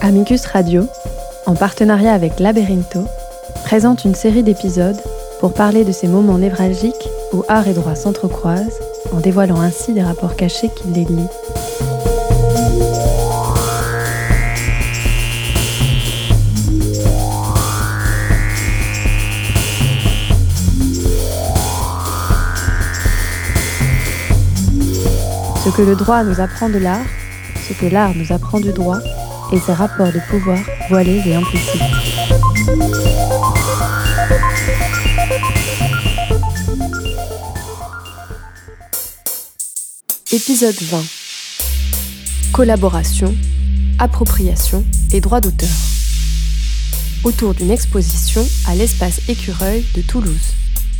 Amicus Radio, en partenariat avec Laberinto, présente une série d'épisodes pour parler de ces moments névralgiques où art et droit s'entrecroisent, en dévoilant ainsi des rapports cachés qui les lient. Ce que le droit nous apprend de l'art, ce que l'art nous apprend du droit, et ses rapports de pouvoir voilés et implicites. Épisode 20. Collaboration, appropriation et droit d'auteur. Autour d'une exposition à l'espace Écureuil de Toulouse.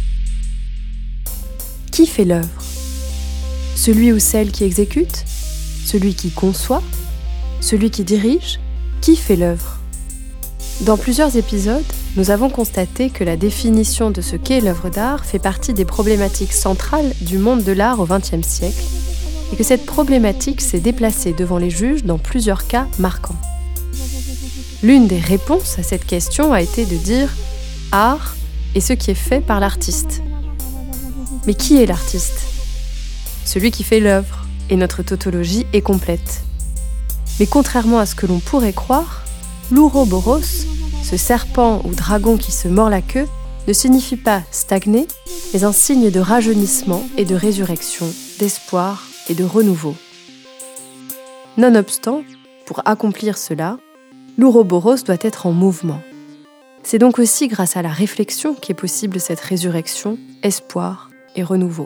Qui fait l'œuvre ? Celui ou celle qui exécute ? Celui qui conçoit ? Celui qui dirige ? Qui fait l'œuvre ? Dans plusieurs épisodes, nous avons constaté que la définition de ce qu'est l'œuvre d'art fait partie des problématiques centrales du monde de l'art au XXe siècle et que cette problématique s'est déplacée devant les juges dans plusieurs cas marquants. L'une des réponses à cette question a été de dire « art est ce qui est fait par l'artiste ». Mais qui est l'artiste ? Celui qui fait l'œuvre, et notre tautologie est complète. Mais contrairement à ce que l'on pourrait croire, l'ouroboros, ce serpent ou dragon qui se mord la queue, ne signifie pas stagner, mais un signe de rajeunissement et de résurrection, d'espoir et de renouveau. Nonobstant, pour accomplir cela, l'ouroboros doit être en mouvement. C'est donc aussi grâce à la réflexion qu'est possible cette résurrection, espoir et renouveau.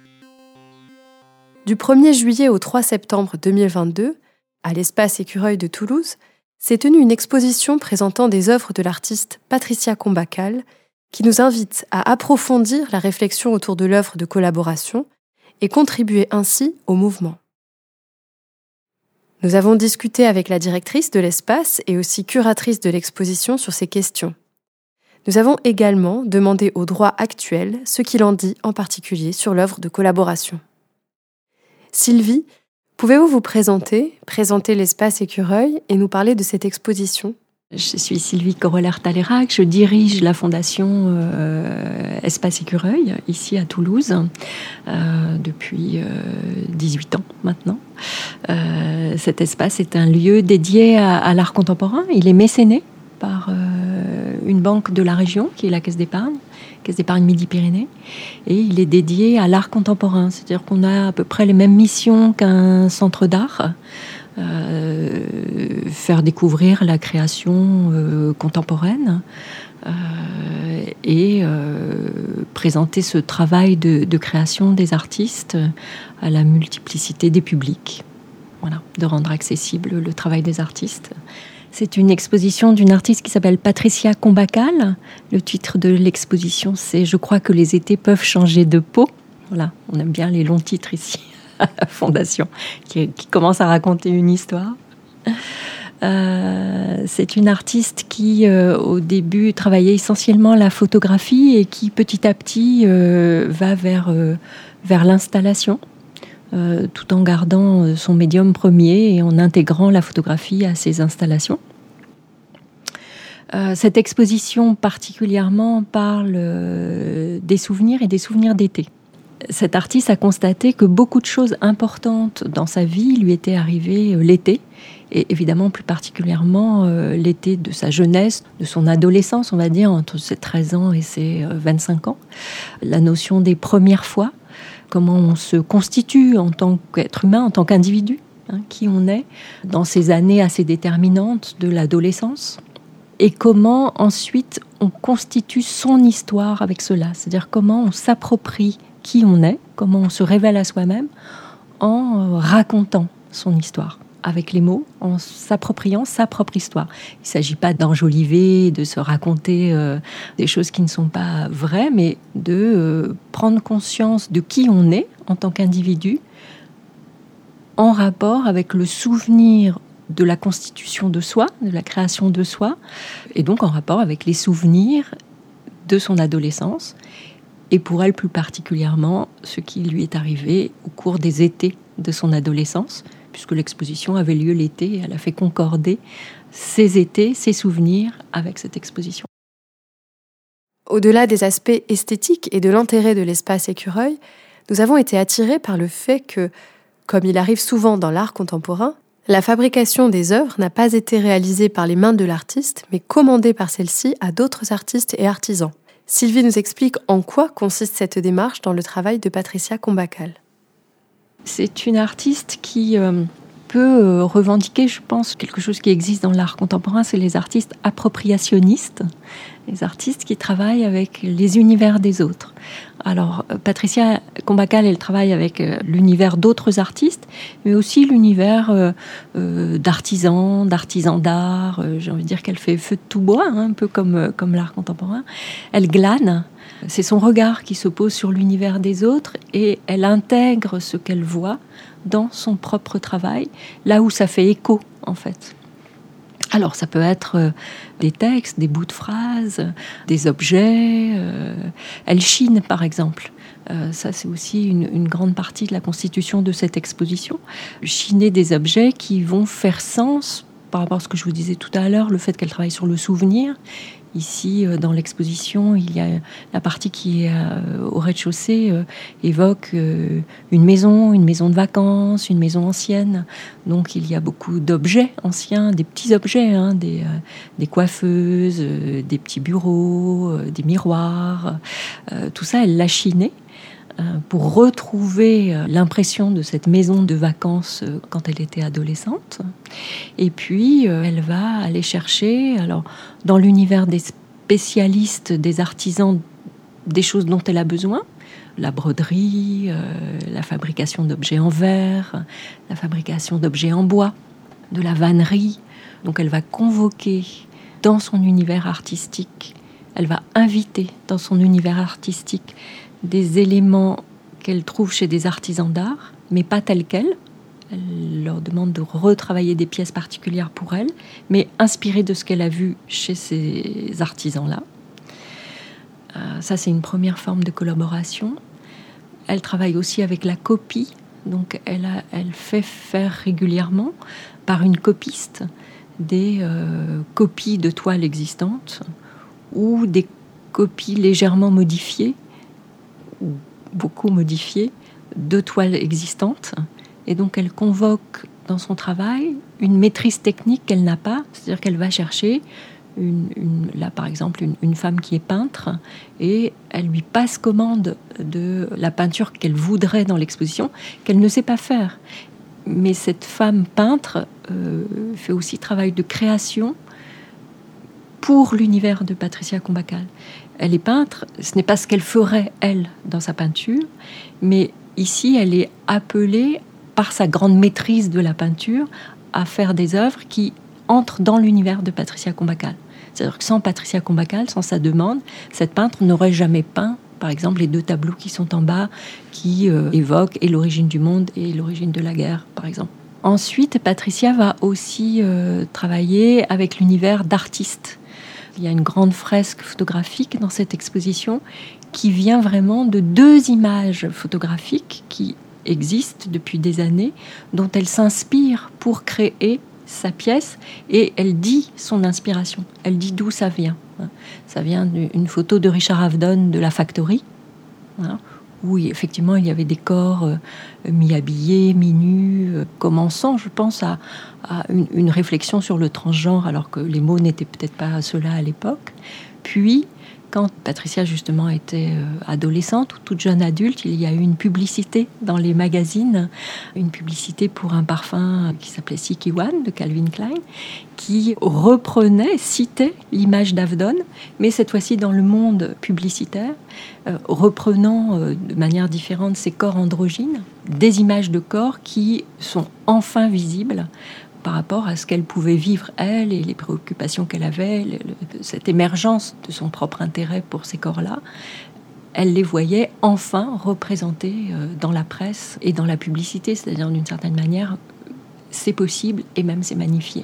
Du 1er juillet au 3 septembre 2022, à l'espace Écureuil de Toulouse, s'est tenue une exposition présentant des œuvres de l'artiste Patricia Combacal qui nous invite à approfondir la réflexion autour de l'œuvre de collaboration et contribuer ainsi au mouvement. Nous avons discuté avec la directrice de l'espace et aussi curatrice de l'exposition sur ces questions. Nous avons également demandé au droit actuel ce qu'il en dit en particulier sur l'œuvre de collaboration. Sylvie, pouvez-vous vous présenter l'espace Écureuil et nous parler de cette exposition ? Je suis Sylvie Corollaire-Taleyrac, je dirige la fondation Espace Écureuil, ici à Toulouse, depuis 18 ans maintenant. Cet espace est un lieu dédié à l'art contemporain. Il est mécéné par une banque de la région, qui est la Caisse d'épargne Midi-Pyrénées, et il est dédié à l'art contemporain, c'est-à-dire qu'on a à peu près les mêmes missions qu'un centre d'art, faire découvrir la création contemporaine et présenter ce travail de création des artistes à la multiplicité des publics, voilà, de rendre accessible le travail des artistes. C'est une exposition d'une artiste qui s'appelle Patricia Combacal. Le titre de l'exposition, c'est « Je crois que les étés peuvent changer de peau ». Voilà, on aime bien les longs titres ici à la Fondation, qui commencent à raconter une histoire. C'est une artiste qui, au début, travaillait essentiellement la photographie et qui, petit à petit, va vers l'installation. Tout en gardant son médium premier et en intégrant la photographie à ses installations. Cette exposition particulièrement parle des souvenirs et des souvenirs d'été. Cet artiste a constaté que beaucoup de choses importantes dans sa vie lui étaient arrivées l'été, et évidemment plus particulièrement l'été de sa jeunesse, de son adolescence, on va dire, entre ses 13 ans et ses 25 ans. La notion des premières fois, comment on se constitue en tant qu'être humain, en tant qu'individu, qui on est, dans ces années assez déterminantes de l'adolescence, et comment ensuite on constitue son histoire avec cela, c'est-à-dire comment on s'approprie qui on est, comment on se révèle à soi-même en racontant son histoire avec les mots, en s'appropriant sa propre histoire. Il ne s'agit pas d'enjoliver, de se raconter des choses qui ne sont pas vraies, mais de prendre conscience de qui on est en tant qu'individu en rapport avec le souvenir de la constitution de soi, de la création de soi, et donc en rapport avec les souvenirs de son adolescence, et pour elle plus particulièrement ce qui lui est arrivé au cours des étés de son adolescence, puisque l'exposition avait lieu l'été, et elle a fait concorder ses étés, ses souvenirs avec cette exposition. Au-delà des aspects esthétiques et de l'intérêt de l'espace Écureuil, nous avons été attirés par le fait que, comme il arrive souvent dans l'art contemporain, la fabrication des œuvres n'a pas été réalisée par les mains de l'artiste, mais commandée par celle-ci à d'autres artistes et artisans. Sylvie nous explique en quoi consiste cette démarche dans le travail de Patricia Combacal. C'est une artiste qui peut revendiquer, je pense, quelque chose qui existe dans l'art contemporain, c'est les artistes appropriationnistes, les artistes qui travaillent avec les univers des autres. Alors, Patricia Combacal, elle travaille avec l'univers d'autres artistes, mais aussi l'univers d'artisans d'art. J'ai envie de dire qu'elle fait feu de tout bois, un peu comme l'art contemporain. Elle glane. C'est son regard qui se pose sur l'univers des autres et elle intègre ce qu'elle voit dans son propre travail, là où ça fait écho, en fait. Alors, ça peut être des textes, des bouts de phrases, des objets. Elle chine, par exemple. Ça, c'est aussi une grande partie de la constitution de cette exposition. Chiner des objets qui vont faire sens par rapport à ce que je vous disais tout à l'heure, le fait qu'elle travaille sur le souvenir. Ici, dans l'exposition, il y a la partie qui est au rez-de-chaussée évoque une maison de vacances, une maison ancienne. Donc, il y a beaucoup d'objets anciens, des petits objets, des coiffeuses, des petits bureaux, des miroirs. Tout ça, elle l'a chiné pour retrouver l'impression de cette maison de vacances quand elle était adolescente. Et puis, elle va aller chercher, alors, dans l'univers des spécialistes, des artisans, des choses dont elle a besoin, la broderie, la fabrication d'objets en verre, la fabrication d'objets en bois, de la vannerie. Donc, elle va convoquer dans son univers artistique, elle va inviter dans son univers artistique des éléments qu'elle trouve chez des artisans d'art, mais pas tels quels. Elle leur demande de retravailler des pièces particulières pour elle, mais inspirées de ce qu'elle a vu chez ces artisans-là. Ça, c'est une première forme de collaboration. Elle travaille aussi avec la copie. Donc, elle fait faire régulièrement, par une copiste, des copies de toiles existantes ou des copies légèrement modifiées ou beaucoup modifiées de toiles existantes. Et donc, elle convoque dans son travail une maîtrise technique qu'elle n'a pas. C'est-à-dire qu'elle va chercher, là par exemple, une femme qui est peintre, et elle lui passe commande de la peinture qu'elle voudrait dans l'exposition, qu'elle ne sait pas faire. Mais cette femme peintre fait aussi travail de création pour l'univers de Patricia Combacal. Elle est peintre, ce n'est pas ce qu'elle ferait, elle, dans sa peinture, mais ici, elle est appelée, par sa grande maîtrise de la peinture, à faire des œuvres qui entrent dans l'univers de Patricia Combacal. C'est-à-dire que sans Patricia Combacal, sans sa demande, cette peintre n'aurait jamais peint, par exemple, les 2 tableaux qui sont en bas, qui évoquent et l'origine du monde et l'origine de la guerre, par exemple. Ensuite, Patricia va aussi travailler avec l'univers d'artistes. Il y a une grande fresque photographique dans cette exposition qui vient vraiment de 2 images photographiques qui existent depuis des années, dont elle s'inspire pour créer sa pièce, et elle dit son inspiration. Elle dit d'où ça vient. Ça vient d'une photo de Richard Avedon de la Factory, où effectivement il y avait des corps mi-habillés, mi-nus, commençant, je pense, à une réflexion sur le transgenre, alors que les mots n'étaient peut-être pas ceux-là à l'époque. Puis, quand Patricia, justement, était adolescente ou toute jeune adulte, il y a eu une publicité dans les magazines, une publicité pour un parfum qui s'appelait Sicky One de Calvin Klein, qui reprenait, citait l'image d'Avedon, mais cette fois-ci dans le monde publicitaire, reprenant de manière différente ces corps androgynes, des images de corps qui sont enfin visibles par rapport à ce qu'elle pouvait vivre, elle, et les préoccupations qu'elle avait, cette émergence de son propre intérêt pour ces corps-là. Elle les voyait enfin représentés dans la presse et dans la publicité, c'est-à-dire d'une certaine manière, c'est possible et même c'est magnifié.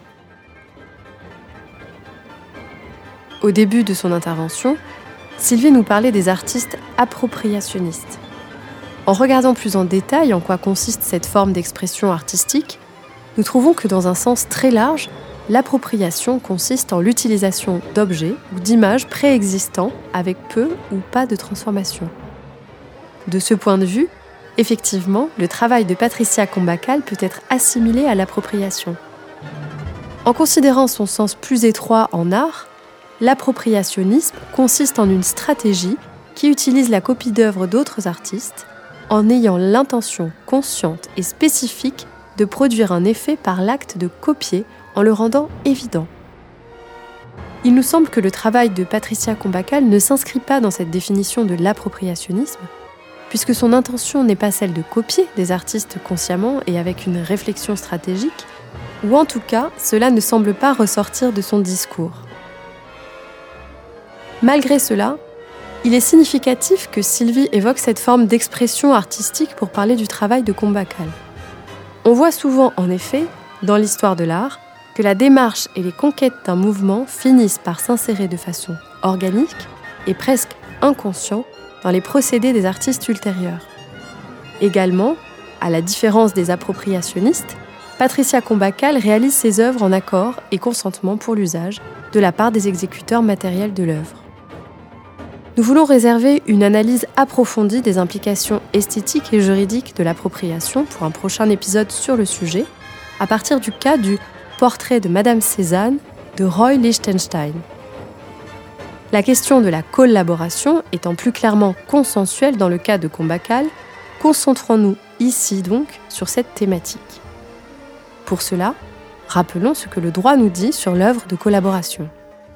Au début de son intervention, Sylvie nous parlait des artistes appropriationnistes. En regardant plus en détail en quoi consiste cette forme d'expression artistique, nous trouvons que dans un sens très large, l'appropriation consiste en l'utilisation d'objets ou d'images préexistants avec peu ou pas de transformation. De ce point de vue, effectivement, le travail de Patricia Combacall peut être assimilé à l'appropriation. En considérant son sens plus étroit en art, l'appropriationnisme consiste en une stratégie qui utilise la copie d'œuvres d'autres artistes en ayant l'intention consciente et spécifique de produire un effet par l'acte de copier en le rendant évident. Il nous semble que le travail de Patricia Combacall ne s'inscrit pas dans cette définition de l'appropriationnisme, puisque son intention n'est pas celle de copier des artistes consciemment et avec une réflexion stratégique, ou en tout cas, cela ne semble pas ressortir de son discours. Malgré cela, il est significatif que Sylvie évoque cette forme d'expression artistique pour parler du travail de Combacall. On voit souvent, en effet, dans l'histoire de l'art, que la démarche et les conquêtes d'un mouvement finissent par s'insérer de façon organique et presque inconsciente dans les procédés des artistes ultérieurs. Également, à la différence des appropriationnistes, Patricia Combacall réalise ses œuvres en accord et consentement pour l'usage de la part des exécuteurs matériels de l'œuvre. Nous voulons réserver une analyse approfondie des implications esthétiques et juridiques de l'appropriation pour un prochain épisode sur le sujet, à partir du cas du Portrait de Madame Cézanne de Roy Lichtenstein. La question de la collaboration étant plus clairement consensuelle dans le cas de Combacall, concentrons-nous ici donc sur cette thématique. Pour cela, rappelons ce que le droit nous dit sur l'œuvre de collaboration.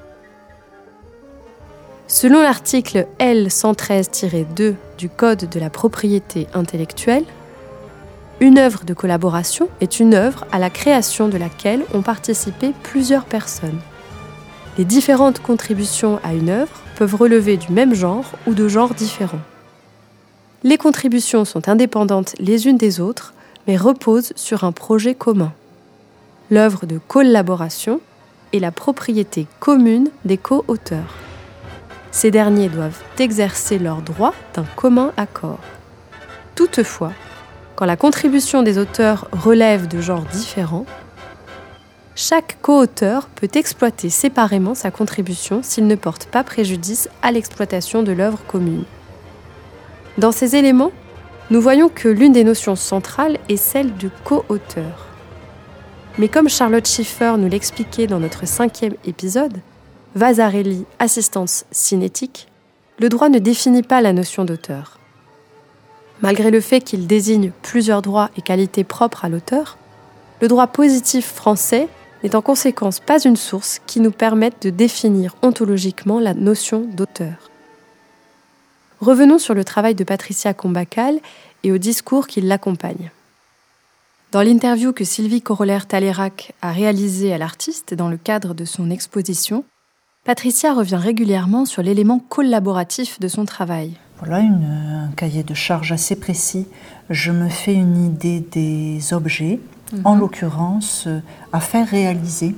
Selon l'article L113-2 du Code de la propriété intellectuelle, une œuvre de collaboration est une œuvre à la création de laquelle ont participé plusieurs personnes. Les différentes contributions à une œuvre peuvent relever du même genre ou de genres différents. Les contributions sont indépendantes les unes des autres, mais reposent sur un projet commun. L'œuvre de collaboration est la propriété commune des co-auteurs. Ces derniers doivent exercer leurs droits d'un commun accord. Toutefois, quand la contribution des auteurs relève de genres différents, chaque co-auteur peut exploiter séparément sa contribution s'il ne porte pas préjudice à l'exploitation de l'œuvre commune. Dans ces éléments, nous voyons que l'une des notions centrales est celle de co-auteur. Mais comme Charlotte Schiffer nous l'expliquait dans notre 5e épisode, Vasarely, assistance cinétique, le droit ne définit pas la notion d'auteur. Malgré le fait qu'il désigne plusieurs droits et qualités propres à l'auteur, le droit positif français n'est en conséquence pas une source qui nous permette de définir ontologiquement la notion d'auteur. Revenons sur le travail de Patricia Combacall et au discours qui l'accompagne. Dans l'interview que Sylvie Corollaire-Talérac a réalisée à l'artiste dans le cadre de son exposition, Patricia revient régulièrement sur l'élément collaboratif de son travail. Voilà un cahier de charge assez précis. Je me fais une idée des objets, en l'occurrence à faire réaliser,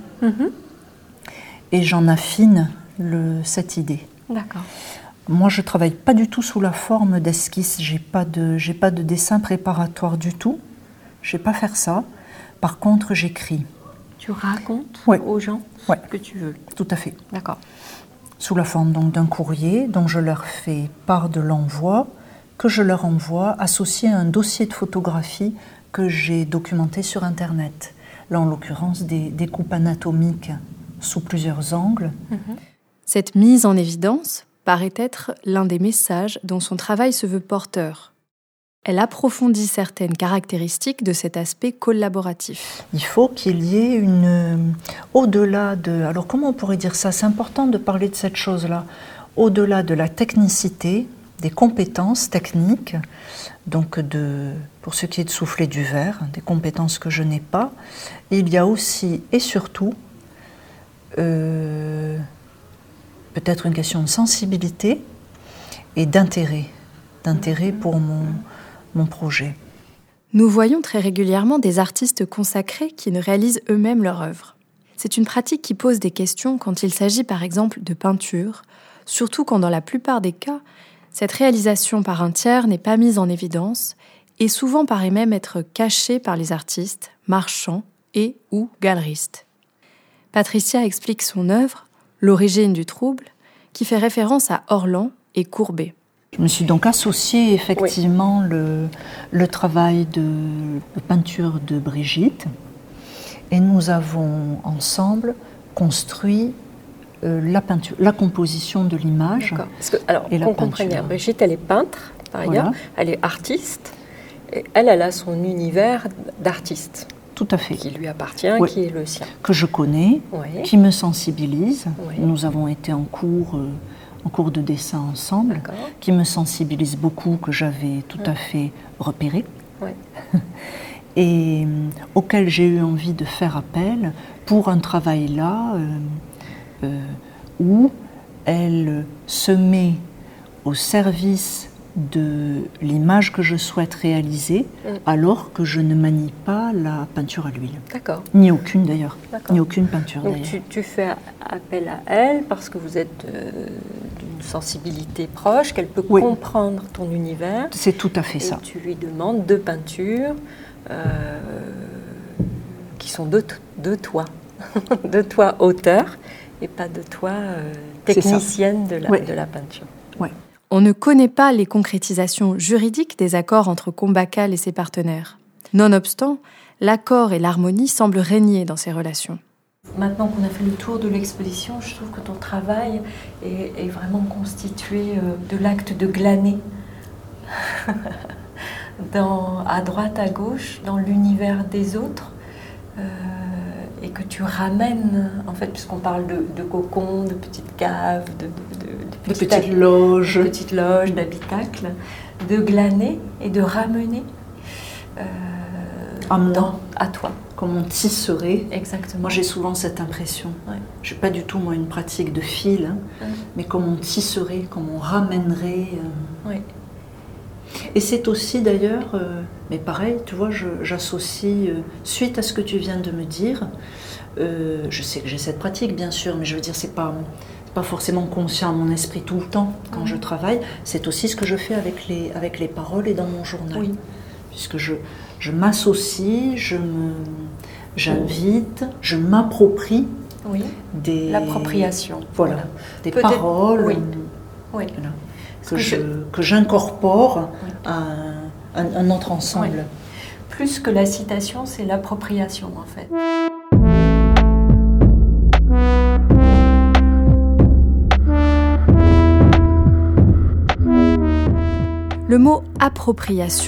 et j'en affine cette idée. D'accord. Moi, je ne travaille pas du tout sous la forme d'esquisse. J'ai pas de dessin préparatoire du tout. Je ne sais pas faire ça. Par contre, j'écris. Tu racontes aux gens ce que tu veux. Tout à fait. D'accord. Sous la forme donc d'un courrier dont je leur fais part de l'envoi, que je leur envoie associé à un dossier de photographie que j'ai documenté sur Internet. Là, en l'occurrence, des découpes anatomiques sous plusieurs angles. Cette mise en évidence paraît être l'un des messages dont son travail se veut porteur. Elle approfondit certaines caractéristiques de cet aspect collaboratif. Il faut qu'il y ait au-delà de... Alors comment on pourrait dire ça ? C'est important de parler de cette chose-là. Au-delà de la technicité, des compétences techniques, donc pour ce qui est de souffler du verre, des compétences que je n'ai pas, il y a aussi et surtout peut-être une question de sensibilité et d'intérêt pour mon projet. Nous voyons très régulièrement des artistes consacrés qui ne réalisent eux-mêmes leur œuvre. C'est une pratique qui pose des questions quand il s'agit par exemple de peinture, surtout quand dans la plupart des cas, Cette réalisation par un tiers n'est pas mise en évidence et souvent paraît même être cachée par les artistes, marchands et ou galeristes. Patricia explique son œuvre, L'origine du trouble, qui fait référence à Orlan et Courbet. Je me suis donc associée effectivement le travail de peinture de Brigitte et nous avons ensemble construit la composition de l'image. D'accord. Parce que, alors, qu'on comprenne bien, Brigitte, elle est peintre, par ailleurs, elle est artiste, et elle a son univers d'artiste. Tout à fait. Qui lui appartient, qui est le sien. Que je connais, qui me sensibilise. Nous avons été en cours de dessin ensemble, qui me sensibilise beaucoup, que j'avais tout à fait repéré. Et auquel j'ai eu envie de faire appel pour un travail là où elle se met au service de l'image que je souhaite réaliser alors que je ne manie pas la peinture à l'huile. D'accord. Ni aucune d'ailleurs. Ni aucune peinture donc d'ailleurs. Tu fais appel à elle parce que vous êtes d'une sensibilité proche, qu'elle peut comprendre ton univers. C'est tout à fait ça. Tu lui demandes deux peintures qui sont de toi, de toi auteur et pas de toi technicienne de la peinture. Oui. On ne connaît pas les concrétisations juridiques des accords entre Combaccal et ses partenaires. Nonobstant, l'accord et l'harmonie semblent régner dans ces relations. Maintenant qu'on a fait le tour de l'exposition, je trouve que ton travail est vraiment constitué de l'acte de glaner. À droite, à gauche, dans l'univers des autres, et que tu ramènes, en fait, puisqu'on parle de cocons, de petites caves, de petites loges, d'habitacles, de glaner et de ramener à toi. Comme on tisserait. Exactement. Moi, j'ai souvent cette impression. Je n'ai pas du tout, moi, une pratique de fil, mais comme on tisserait, comme on ramènerait. Et c'est aussi, d'ailleurs, mais pareil, tu vois, j'associe, suite à ce que tu viens de me dire, je sais que j'ai cette pratique, bien sûr, mais je veux dire, c'est pas forcément conscient à mon esprit tout le temps quand je travaille. C'est aussi ce que je fais avec les paroles et dans mon journal. Oui. Puisque je m'associe, j'invite, je m'approprie l'appropriation. Voilà, des paroles que j'incorpore à un autre ensemble. Plus que la citation, c'est l'appropriation en fait. Le mot « appropriation »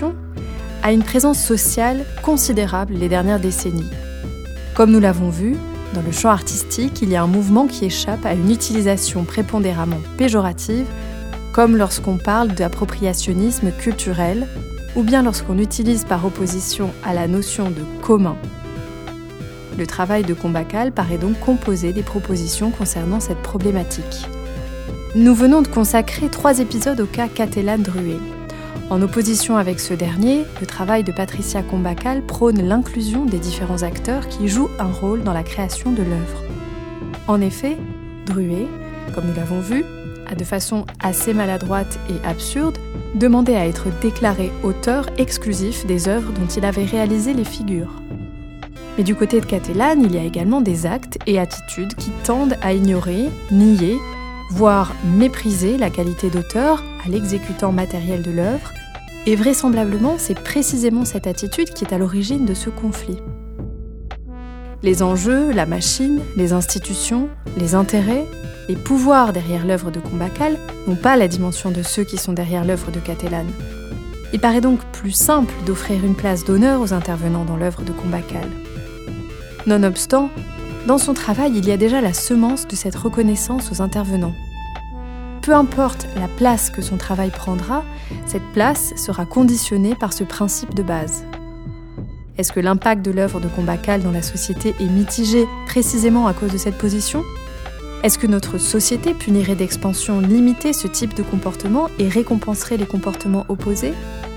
a une présence sociale considérable les dernières décennies. Comme nous l'avons vu, dans le champ artistique, il y a un mouvement qui échappe à une utilisation prépondéramment péjorative, comme lorsqu'on parle d'appropriationnisme culturel, ou bien lorsqu'on utilise par opposition à la notion de commun. Le travail de Combaccal paraît donc composer des propositions concernant cette problématique. Nous venons de consacrer 3 épisodes au cas Catellane-Druet. En opposition avec ce dernier, le travail de Patricia Combaccal prône l'inclusion des différents acteurs qui jouent un rôle dans la création de l'œuvre. En effet, Druet, comme nous l'avons vu, a de façon assez maladroite et absurde demandé à être déclaré auteur exclusif des œuvres dont il avait réalisé les figures. Mais du côté de Catellane, il y a également des actes et attitudes qui tendent à ignorer, nier, voire mépriser la qualité d'auteur à l'exécutant matériel de l'œuvre, et vraisemblablement, c'est précisément cette attitude qui est à l'origine de ce conflit. Les enjeux, la machine, les institutions, les intérêts, les pouvoirs derrière l'œuvre de Combaccal n'ont pas la dimension de ceux qui sont derrière l'œuvre de Catellane. Il paraît donc plus simple d'offrir une place d'honneur aux intervenants dans l'œuvre de Combaccal. Nonobstant, dans son travail, il y a déjà la semence de cette reconnaissance aux intervenants. Peu importe la place que son travail prendra, cette place sera conditionnée par ce principe de base. Est-ce que l'impact de l'œuvre de Combaccal dans la société est mitigé précisément à cause de cette position ? Est-ce que notre société punirait d'expansion limitée ce type de comportement et récompenserait les comportements opposés ?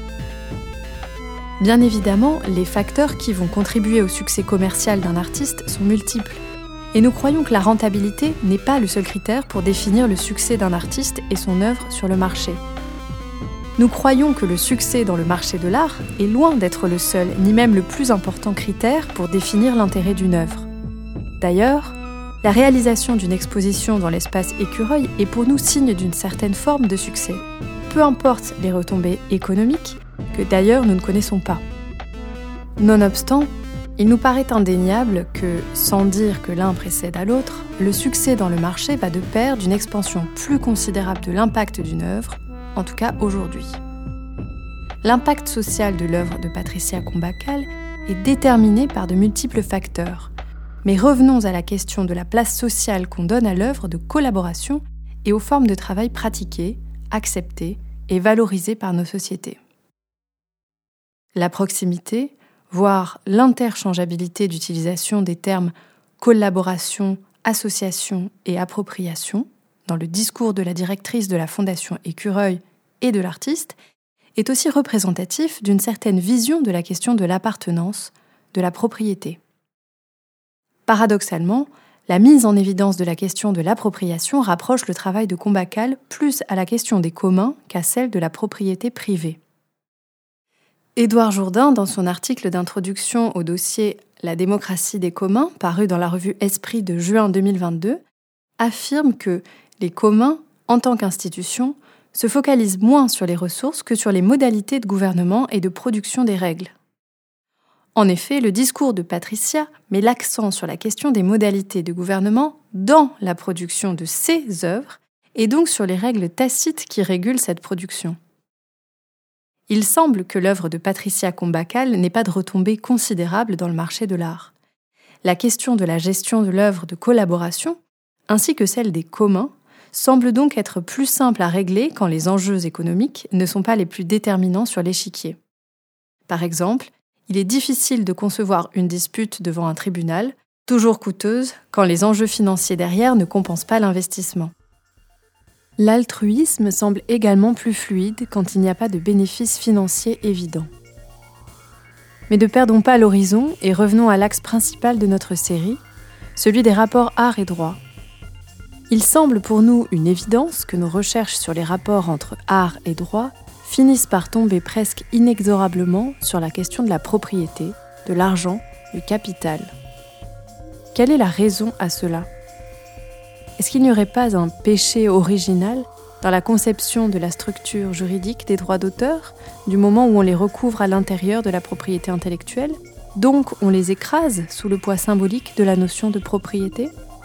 Bien évidemment, les facteurs qui vont contribuer au succès commercial d'un artiste sont multiples. Et nous croyons que la rentabilité n'est pas le seul critère pour définir le succès d'un artiste et son œuvre sur le marché. Nous croyons que le succès dans le marché de l'art est loin d'être le seul, ni même le plus important critère pour définir l'intérêt d'une œuvre. D'ailleurs, la réalisation d'une exposition dans l'espace Écureuil est pour nous signe d'une certaine forme de succès, peu importe les retombées économiques, que d'ailleurs nous ne connaissons pas. Nonobstant, il nous paraît indéniable que, sans dire que l'un précède à l'autre, le succès dans le marché va de pair d'une expansion plus considérable de l'impact d'une œuvre, en tout cas aujourd'hui. L'impact social de l'œuvre de Patricia Combacall est déterminé par de multiples facteurs. Mais revenons à la question de la place sociale qu'on donne à l'œuvre de collaboration et aux formes de travail pratiquées, acceptées et valorisées par nos sociétés. La proximité, voire l'interchangeabilité d'utilisation des termes collaboration, association et appropriation dans le discours de la directrice de la Fondation Écureuil et de l'artiste, est aussi représentatif d'une certaine vision de la question de l'appartenance, de la propriété. Paradoxalement, la mise en évidence de la question de l'appropriation rapproche le travail de Combacall plus à la question des communs qu'à celle de la propriété privée. Édouard Jourdain, dans son article d'introduction au dossier « La démocratie des communs » paru dans la revue Esprit de juin 2022, affirme que les communs, en tant qu'institution, se focalisent moins sur les ressources que sur les modalités de gouvernement et de production des règles. En effet, le discours de Patricia met l'accent sur la question des modalités de gouvernement dans la production de ses œuvres et donc sur les règles tacites qui régulent cette production. Il semble que l'œuvre de Patricia Combacall n'ait pas de retombées considérables dans le marché de l'art. La question de la gestion de l'œuvre de collaboration, ainsi que celle des communs, semble donc être plus simple à régler quand les enjeux économiques ne sont pas les plus déterminants sur l'échiquier. Par exemple, il est difficile de concevoir une dispute devant un tribunal, toujours coûteuse quand les enjeux financiers derrière ne compensent pas l'investissement. L'altruisme semble également plus fluide quand il n'y a pas de bénéfices financiers évidents. Mais ne perdons pas l'horizon et revenons à l'axe principal de notre série, celui des rapports art et droit. Il semble pour nous une évidence que nos recherches sur les rapports entre art et droit finissent par tomber presque inexorablement sur la question de la propriété, de l'argent, du capital. Quelle est la raison à cela ? Est-ce qu'il n'y aurait pas un péché original dans la conception de la structure juridique des droits d'auteur, du moment où on les recouvre à l'intérieur de la propriété intellectuelle, donc on les écrase sous le poids symbolique de la notion de propriété ?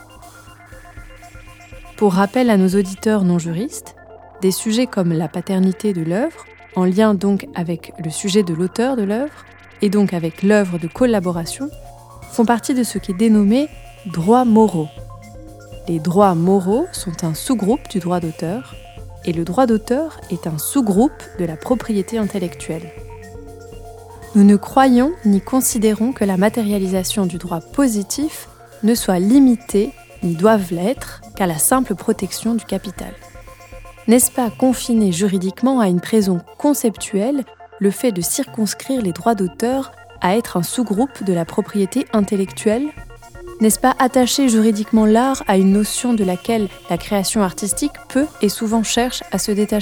Pour rappel à nos auditeurs non juristes, des sujets comme la paternité de l'œuvre, en lien donc avec le sujet de l'auteur de l'œuvre, et donc avec l'œuvre de collaboration, font partie de ce qui est dénommé droits moraux. Les droits moraux sont un sous-groupe du droit d'auteur, et le droit d'auteur est un sous-groupe de la propriété intellectuelle. Nous ne croyons ni considérons que la matérialisation du droit positif ne soit limitée, ni doive l'être, qu'à la simple protection du capital. N'est-ce pas confiner juridiquement à une raison conceptuelle le fait de circonscrire les droits d'auteur à être un sous-groupe de la propriété intellectuelle ? N'est-ce pas attacher juridiquement l'art à une notion de laquelle la création artistique peut et souvent cherche à se détacher ?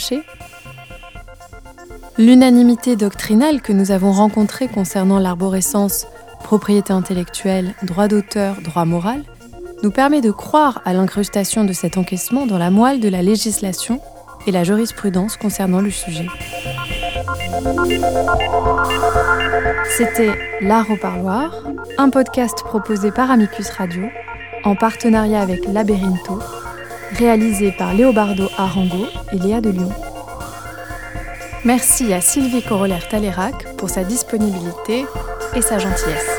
L'unanimité doctrinale que nous avons rencontrée concernant l'arborescence propriété intellectuelle, droit d'auteur, droit moral nous permet de croire à l'incrustation de cet encaissement dans la moelle de la législation et la jurisprudence concernant le sujet. C'était L'Art au Parloir, un podcast proposé par Amicus Radio, en partenariat avec Laberinto, réalisé par Léobardo Arango et Léa de Lyon. Merci à Sylvie Corollaire-Talérac pour sa disponibilité et sa gentillesse.